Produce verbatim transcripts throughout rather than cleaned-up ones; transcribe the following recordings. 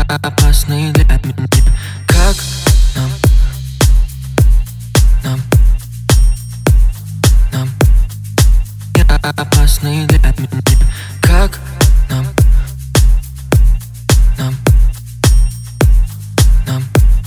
опасны для меня. Как нам, нам, нам опасны для меня. Как нам, нам, нам.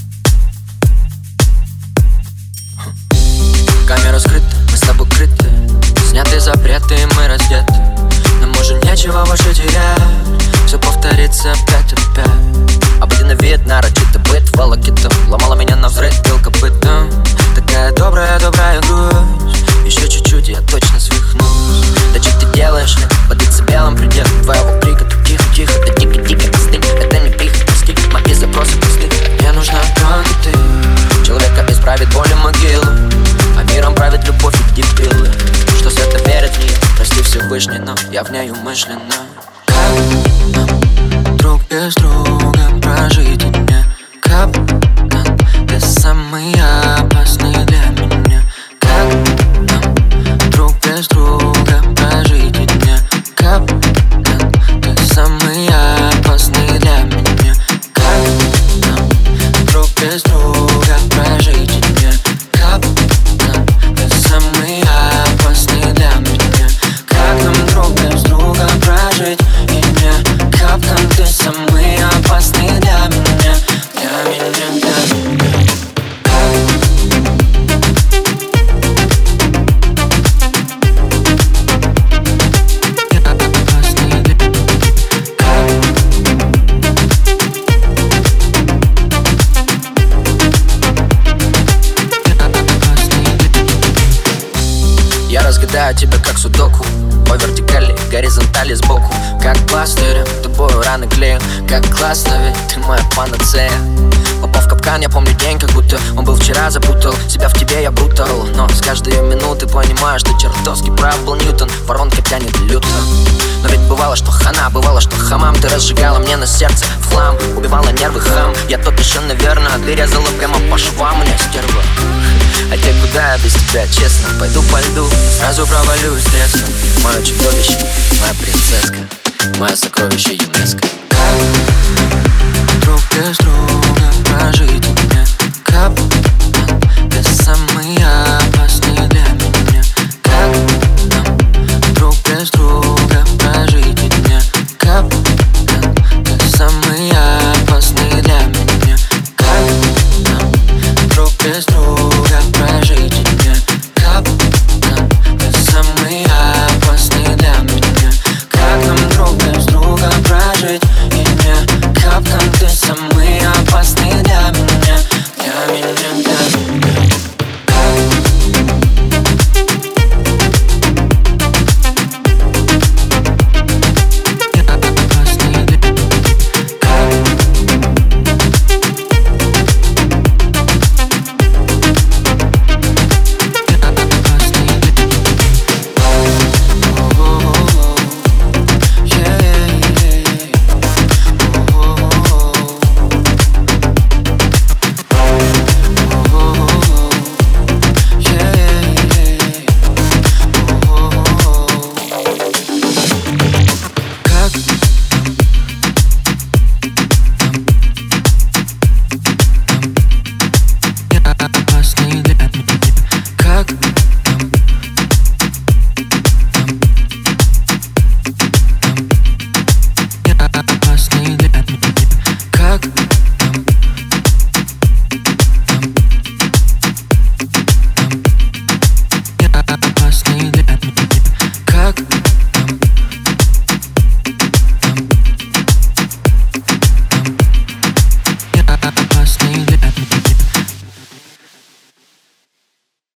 Камера скрыта, мы с тобой крыты, сняты запреты, мы раздеты. Нам уже нечего больше терять, все повторится опять опять. Обыденный вид, нарочито быт, волокита ломала меня навзрыд, бил копытом. Такая добрая, добрая грусть, еще чуть-чуть, я точно свихнусь. Да что ты делаешь, водиться белым предел твоего крика, тут тихо-тихо, да тихо-тихо, остынь. Это не пих, прости, мои запросы пусты. Мне нужна только ты, человека исправит боль и могилу, а миром правит любовь и дебилы, что свято верит в нее. Прости Всевышний, но я в ней умышленно. Как нам друг без друга прожить дня? Капкан, ты самый опасный для меня. Как нам друг без друга прожить дня? Капкан, ты самый опасный для меня. Как нам друг без друга прожить дня? Капкан, ты самый опасный для меня. Как нам друг без друга прожить дня? Капкан, ты самый опасный для меня. Для меня, для меня. Я разгадаю тебя как судоку, по вертикали, горизонтали сбоку. Как пластырем, тобою раны клею. Как классно, ведь ты моя панацея. Попав в капкан, я помню день, как будто он был вчера, запутал себя в тебе, я брутал. Но с каждой минуты понимаю, что чертовски прав был Ньютон. Воронка тянет люто. Но ведь бывало, что хана, бывало, что хамам. Ты разжигала мне на сердце в хлам, убивала нервы хам. Я тот еще, наверное, ты резала прямо по швам мне, стерва. Хотя куда я без тебя, честно, пойду по льду, сразу провалюсь стрессом. Мое чудовище, моя принцесска, мое сокровище ЮНЕСКО.